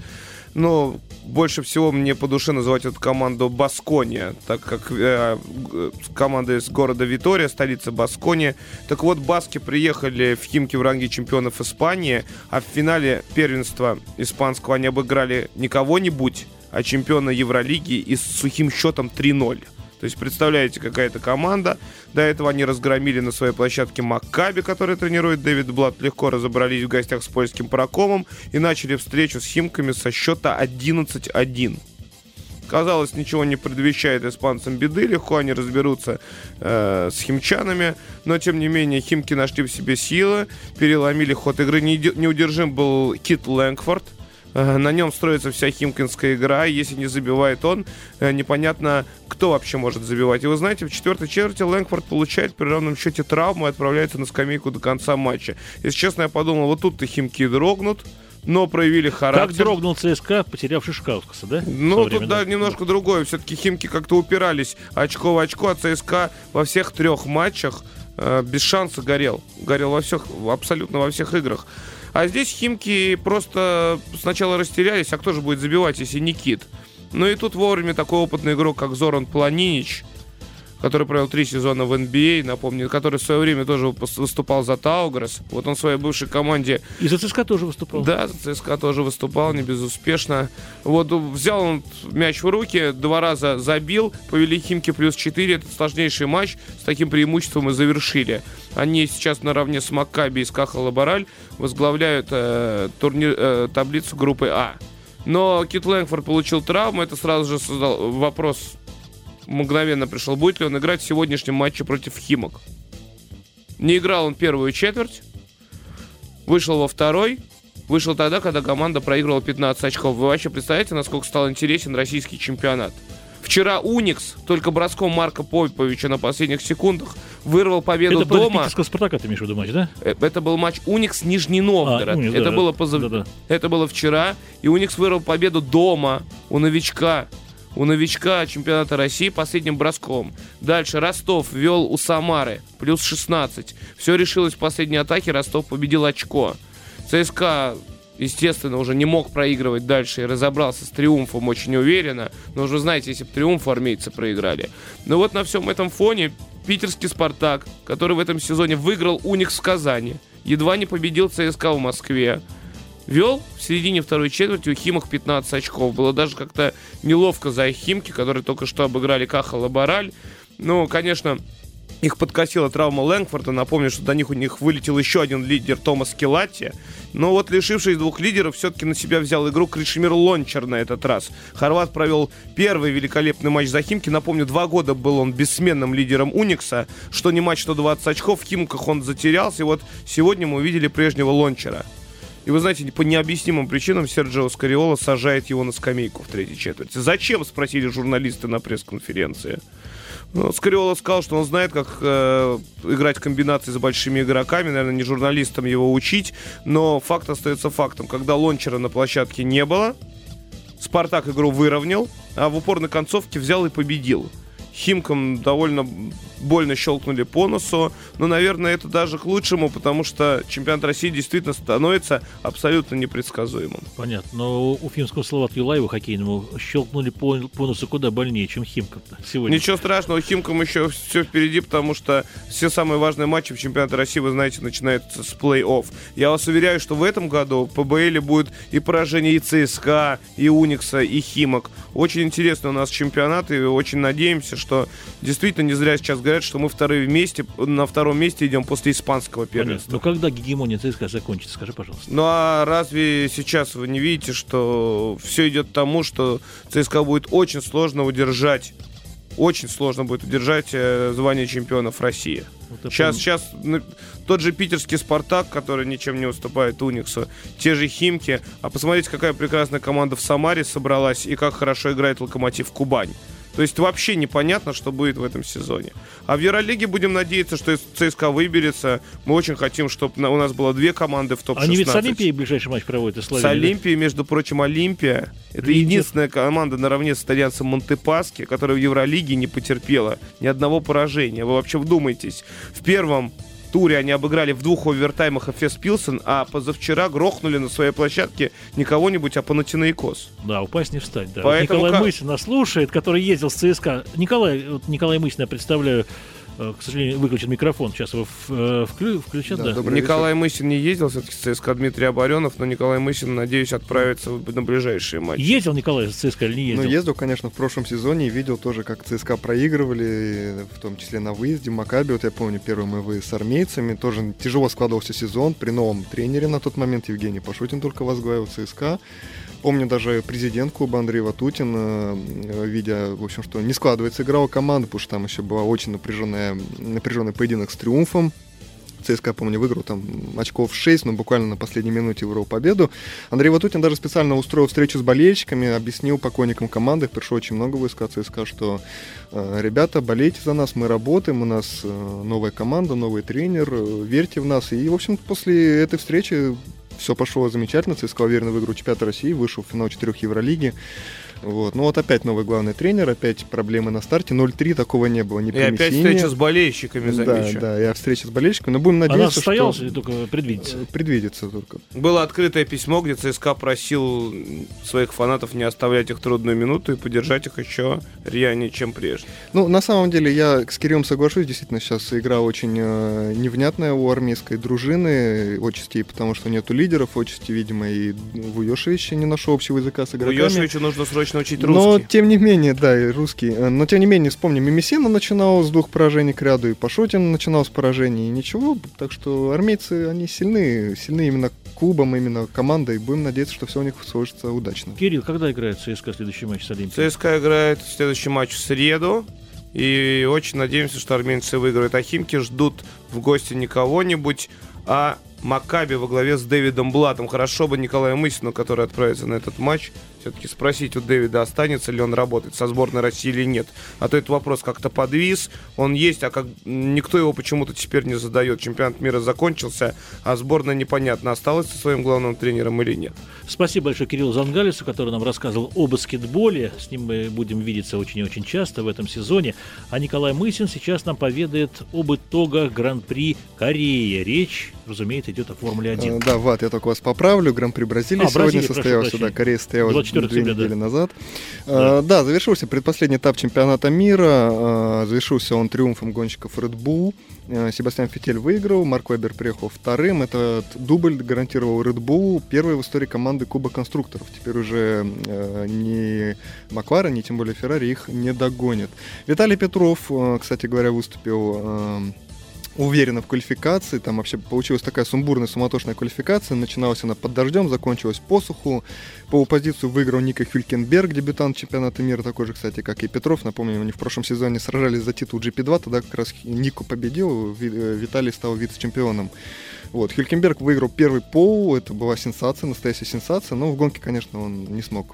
S6: Но больше всего мне по душе называть эту команду Баскония, так как э, команда из города Витория, столица Баскония. Так вот, баски приехали в Химки в ранге чемпионов Испании, а в финале первенства испанского они обыграли не кого-нибудь, а чемпиона Евролиги и с сухим счетом три ноль. То есть, представляете, какая-то команда. До этого они разгромили на своей площадке Маккаби, который тренирует Дэвид Блат. Легко разобрались в гостях с польским Прокомом и начали встречу с Химками со счета одиннадцать один. Казалось, ничего не предвещает испанцам беды. Легко они разберутся э, с химчанами. Но, тем не менее, Химки нашли в себе силы, переломили ход игры. Неудержим был Кит Лэнгфорд. На нем строится вся химкинская игра. Если не забивает он, непонятно, кто вообще может забивать. И вы знаете, в четвертой четверти Лэнгфорд получает при равном счете травму и отправляется на скамейку до конца матча. Если честно, я подумал, вот тут-то Химки дрогнут, но проявили характер.
S2: Как дрогнул ЦСКА, потерявший Шкаускаса, да?
S6: Ну, тут, да, немножко другое. Все-таки Химки как-то упирались очко в очко, а ЦСКА во всех трех матчах э, без шанса горел. Горел во всех, абсолютно во всех играх. А здесь Химки просто сначала растерялись, а кто же будет забивать, если не Кит? Ну и тут вовремя такой опытный игрок, как Зоран Планинич, который провел три сезона в эн би эй, напомню, который в свое время тоже выступал за Таугрес. Вот он в своей бывшей команде...
S2: И за ЦСКА тоже выступал.
S6: Да, за ЦСКА тоже выступал, не безуспешно. Вот взял он мяч в руки, два раза забил, повели Химки плюс четыре. Этот сложнейший матч с таким преимуществом и завершили. Они сейчас наравне с Маккаби и с Каха-Лабораль возглавляют э, турнир, э, таблицу группы А. Но Кит Лэнгфорд получил травму, это сразу же создал вопрос... Мгновенно пришел, будет ли он играть в сегодняшнем матче против Химок. Не играл он первую четверть, вышел во второй, вышел тогда, когда команда проигрывала пятнадцать очков. Вы вообще представляете, насколько стал интересен российский чемпионат? Вчера Уникс, только броском Марка Поповича на последних секундах, вырвал победу
S2: это
S6: дома.
S2: Это питерского Спартака ты имеешь в виду матч, да?
S6: Это был матч Уникс-Нижний Новгород. А, Уникс, это, да, было позав... да, да. это было вчера, и Уникс вырвал победу дома у новичка. У новичка чемпионата России последним броском. Дальше Ростов вел у Самары. Плюс шестнадцать. Все решилось в последней атаке. Ростов победил очко. ЦСКА, естественно, уже не мог проигрывать дальше и разобрался с триумфом очень уверенно. Но уже знаете, если бы триумф армейцы проиграли. Но вот на всем этом фоне питерский «Спартак», который в этом сезоне выиграл Уникс в Казани, едва не победил ЦСКА в Москве, вел в середине второй четверти у Химок пятнадцать очков. Было даже как-то неловко за Химки, которые только что обыграли Каха-Лабораль. Ну, конечно, их подкосила травма Лэнгфорда. Напомню, что до них у них вылетел еще один лидер Томас Келатти. Но вот, лишившись двух лидеров, все-таки на себя взял игру Кришимир Лончар на этот раз. Хорват провел первый великолепный матч за Химки. Напомню, два года был он бессменным лидером Уникса. Что не матч, что двадцать очков. В Химках он затерялся. И вот сегодня мы увидели прежнего Лончара. И вы знаете, по необъяснимым причинам Серджио Скариола сажает его на скамейку в третьей четверти. Зачем, спросили журналисты на пресс-конференции. Ну, Скариола сказал, что он знает, как э, играть комбинации с большими игроками. Наверное, не журналистам его учить. Но факт остается фактом. Когда Лончера на площадке не было, Спартак игру выровнял, а в упорной концовке взял и победил. Химкам довольно больно щелкнули по носу. Но, наверное, это даже к лучшему, потому что чемпионат России действительно становится абсолютно непредсказуемым.
S2: Понятно. Но уфимскому Салавату Юлаеву хоккейному щелкнули по, по носу куда больнее, чем Химкам-то сегодня.
S6: Ничего страшного, Химкам еще все впереди, потому что все самые важные матчи в чемпионате России, вы знаете, начинаются с плей-офф. Я вас уверяю, что в этом году в ПБЛ будет и поражение и ЦСКА, и Уникса, и Химок. Очень интересный у нас чемпионат, и очень надеемся, что действительно не зря сейчас говорят, что мы вторые вместе, на втором месте идем после испанского первенства.
S2: Но когда гегемония ЦСКА закончится, скажи, пожалуйста.
S6: Ну а разве сейчас вы не видите, что все идет к тому, что ЦСКА будет очень сложно удержать, очень сложно будет удержать э, звание чемпионов России. Вот сейчас, сейчас ну, тот же питерский «Спартак», который ничем не уступает Униксу, те же Химки. А посмотрите, какая прекрасная команда в Самаре собралась и как хорошо играет «Локомотив» Кубань. То есть вообще непонятно, что будет в этом сезоне. А в Евролиге будем надеяться, что ЦСКА выберется. Мы очень хотим, чтобы у нас было две команды в топ шестнадцать.
S2: Они ведь с Олимпией ближайший матч проводят.
S6: С Олимпией, между прочим, Олимпия. Это
S2: Лидер.
S6: Единственная команда наравне с итальянцем Монтепасchi, которая в Евролиге не потерпела ни одного поражения. Вы вообще вдумайтесь. В первом туре они обыграли в двух овертаймах Эфес Пилсен, а позавчера грохнули на своей площадке не кого-нибудь, а Панатинаикос.
S2: Да, упасть не встать. Да.
S6: Поэтому
S2: Николай
S6: как...
S2: Мысин нас слушает, который ездил с ЦСКА. Николай, вот Николай Мысин, я представляю, к сожалению, выключен микрофон. Сейчас его вклю... включат. Да,
S6: да. Николай Мысин не ездил все-таки с ЦСКА, Дмитрий Оборенов, но Николай Мысин, надеюсь, отправится на ближайшие матчи.
S2: Ездил Николай с ЦСКА или не ездил?
S7: Ну, ездил, конечно, в прошлом сезоне и видел тоже, как ЦСКА проигрывали, в том числе на выезде. Макаби, вот я помню, первый мой выезд с армейцами. Тоже тяжело складывался сезон при новом тренере на тот момент. Евгений Пашутин только возглавил ЦСКА. Помню, даже президент клуба Андрей Ватутин, видя, в общем, что не складывается игра у команды, потому что там еще была очень напряженная, напряженный поединок с Триумфом. ЦСКА, помню, выиграл там очков шесть, но буквально на последней минуте вырвал победу. Андрей Ватутин даже специально устроил встречу с болельщиками, объяснил поклонникам команды, пришло очень много войск от ЦСКА, что э, ребята, болейте за нас, мы работаем, у нас э, новая команда, новый тренер, э, верьте в нас. И, в общем, после этой встречи все пошло замечательно. ЦСКА уверенно выиграл чемпионат России, вышел в финал четырех Евролиги. Вот. Ну вот опять новый главный тренер, опять проблемы на старте. ноль три такого не было. Ни
S6: и опять встреча с болельщиками, замечу.
S7: Да, да, и встреча с болельщиками. Но будем надеяться,
S2: Она состоялась
S7: что...
S2: или только предвидится?
S7: Предвидится только.
S6: Было открытое письмо, где ЦСКА просил своих фанатов не оставлять их в трудную минуту и поддержать их еще рьянее, чем прежде.
S7: Ну, на самом деле, я с Кириллом соглашусь. Действительно, сейчас игра очень э, невнятная у армейской дружины. Отчасти потому, что нету лидеров. Отчасти, видимо, и Вуйошевич не нашел общего языка с игроками.
S6: Вуйошевичу нужно срочно учить русский.
S7: Но, тем не менее, да, и русский. Но, тем не менее, вспомним, и Мессина начинал с двух поражений к ряду, и Пашутин начинал с поражений, и ничего. Так что армейцы, они сильны, сильны именно клубом, именно командой. Будем надеяться, что все у них сложится удачно.
S2: Кирилл, когда играет ЦСКА следующий матч с Олимпией?
S6: ЦСКА играет следующий матч в среду. И очень надеемся, что армейцы выиграют. А химки ждут в гости не кого-нибудь, а Макаби во главе с Дэвидом Блаттом. Хорошо бы Николаю Мысину, который отправится на этот матч, все-таки спросить у Дэвида, останется ли он работать со сборной России или нет. А то этот вопрос как-то подвис, он есть, а как никто его почему-то теперь не задает. Чемпионат мира закончился, а сборная непонятно, осталась со своим главным тренером или нет.
S2: Спасибо большое Кириллу Зангалису, который нам рассказывал о баскетболе. С ним мы будем видеться очень и очень часто в этом сезоне. А Николай Мысин сейчас нам поведает об итогах Гран-при Кореи. Речь, разумеется, идет о Формуле один.
S7: А, да, Ват, я только вас поправлю. Гран-при Бразилии
S2: а,
S7: сегодня
S2: Бразилия,
S7: состоялся. Да, Корея состоялась две
S2: октября,
S7: недели
S2: да.
S7: назад.
S2: Да.
S7: А, да, завершился предпоследний этап чемпионата мира. А, завершился он триумфом гонщиков Red Bull. А, Себастьян Феттель выиграл, Марк Вебер приехал вторым. Этот дубль гарантировал Red Bull первый в истории команды Куба конструкторов. Теперь уже а, ни Макларен, ни тем более Феррари их не догонит. Виталий Петров, а, кстати говоря, выступил... А, уверенно в квалификации, там вообще получилась такая сумбурная, суматошная квалификация, начиналась она под дождем, закончилась по суху, по позицию выиграл Ника Хюлькенберг, дебютант чемпионата мира, такой же, кстати, как и Петров, напомню, они в прошлом сезоне сражались за титул джи пи два, тогда как раз Нику победил, Виталий стал вице-чемпионом. Вот, Хюлькенберг выиграл первый пол, это была сенсация, настоящая сенсация, но в гонке, конечно, он не смог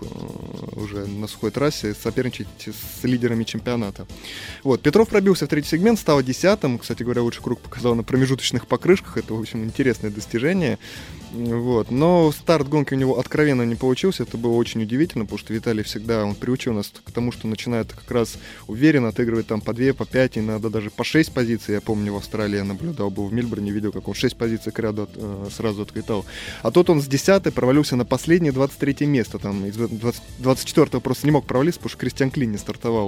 S7: уже на сухой трассе соперничать с лидерами чемпионата. Вот, Петров пробился в третий сегмент, стал десятым, кстати говоря, лучший круг показал на промежуточных покрышках, это, в общем, интересное достижение. Вот, но старт гонки у него откровенно не получился, это было очень удивительно, потому что Виталий всегда, он приучил нас к тому, что начинает как раз уверенно отыгрывать там по две, по пять, иногда даже по шесть позиций, я помню, в Австралии я наблюдал, был в Мельбурне, видел, как он шесть позиций к ряду э, сразу отлетал. А тут он с десятой провалился на последнее двадцать третье место. Там из двадцать четвёртого просто не мог провалиться, потому что Кристиан Клин не стартовал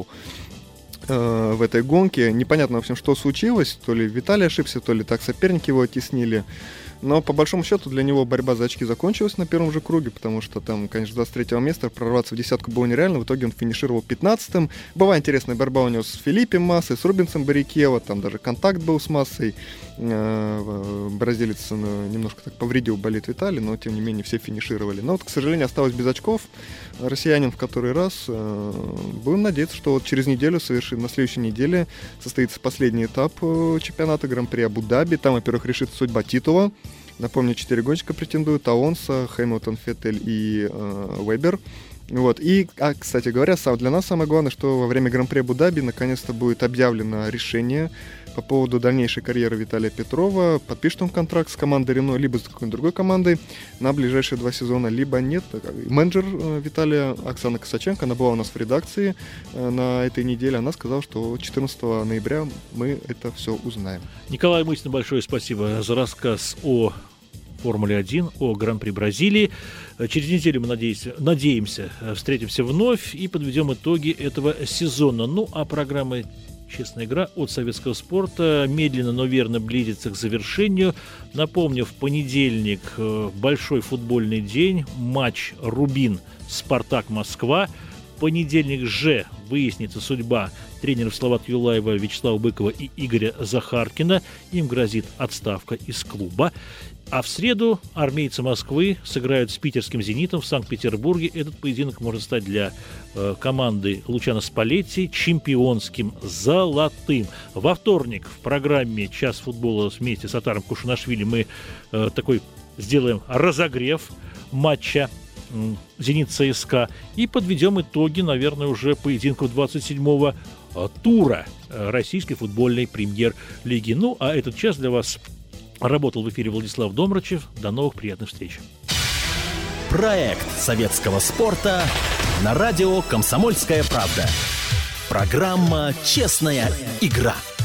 S7: э, в этой гонке. Непонятно, в общем, что случилось. То ли Виталий ошибся, то ли так соперники его оттеснили. Но по большому счету для него борьба за очки закончилась на первом же круге, потому что там, конечно, с двадцать третьего места прорваться в десятку было нереально. В итоге он финишировал пятнадцатым. Была интересная борьба у него с Филиппе Массой, с Рубенсом Баррикелло. Там даже контакт был с Массой. Бразилец немножко так повредил болид Виталий, но тем не менее все финишировали. Но вот, к сожалению, осталось без очков. Россиянин в который раз. Будем надеяться, что вот через неделю, совершит, на следующей неделе состоится последний этап чемпионата Гран-при Абу-Даби. Там, во-первых, решится судьба титула. Напомню, четыре гонщика претендуют: Алонсо, Хэмилтон, Феттель и э, Вебер. Вот. И, а, кстати говоря, сам, для нас самое главное, что во время Гран-при Абу-Даби наконец-то будет объявлено решение по поводу дальнейшей карьеры Виталия Петрова. Подпишет он контракт с командой Рено, либо с какой-нибудь другой командой на ближайшие два сезона, либо нет. Менеджер Виталия Оксана Косаченко, она была у нас в редакции на этой неделе, она сказала, что четырнадцатого ноября мы это все узнаем.
S2: Николай Мысин, большое спасибо за рассказ о Формуле один, о Гран-при Бразилии. Через неделю мы, надеемся, надеемся, встретимся вновь и подведем итоги этого сезона. Ну, а программа «Честная игра» от советского спорта медленно, но верно близится к завершению. Напомню, в понедельник большой футбольный день, матч «Рубин-Спартак Москва». В понедельник же выяснится судьба тренеров Салавата Юлаева, Вячеслава Быкова и Игоря Захаркина. Им грозит отставка из клуба. А в среду армейцы Москвы сыграют с питерским «Зенитом» в Санкт-Петербурге. Этот поединок может стать для э, команды Лучано Спалетти чемпионским золотым. Во вторник в программе «Час футбола» вместе с Атаром Кушанашвили мы э, такой сделаем разогрев матча э, «Зенит-ЦСКА» и подведем итоги, наверное, уже поединков двадцать седьмого э, тура э, российской футбольной премьер-лиги. Ну, а этот час для вас работал в эфире Владислав Домрачев. До новых приятных встреч.
S1: Проект советского спорта на радио «Комсомольская правда». Программа «Честная игра».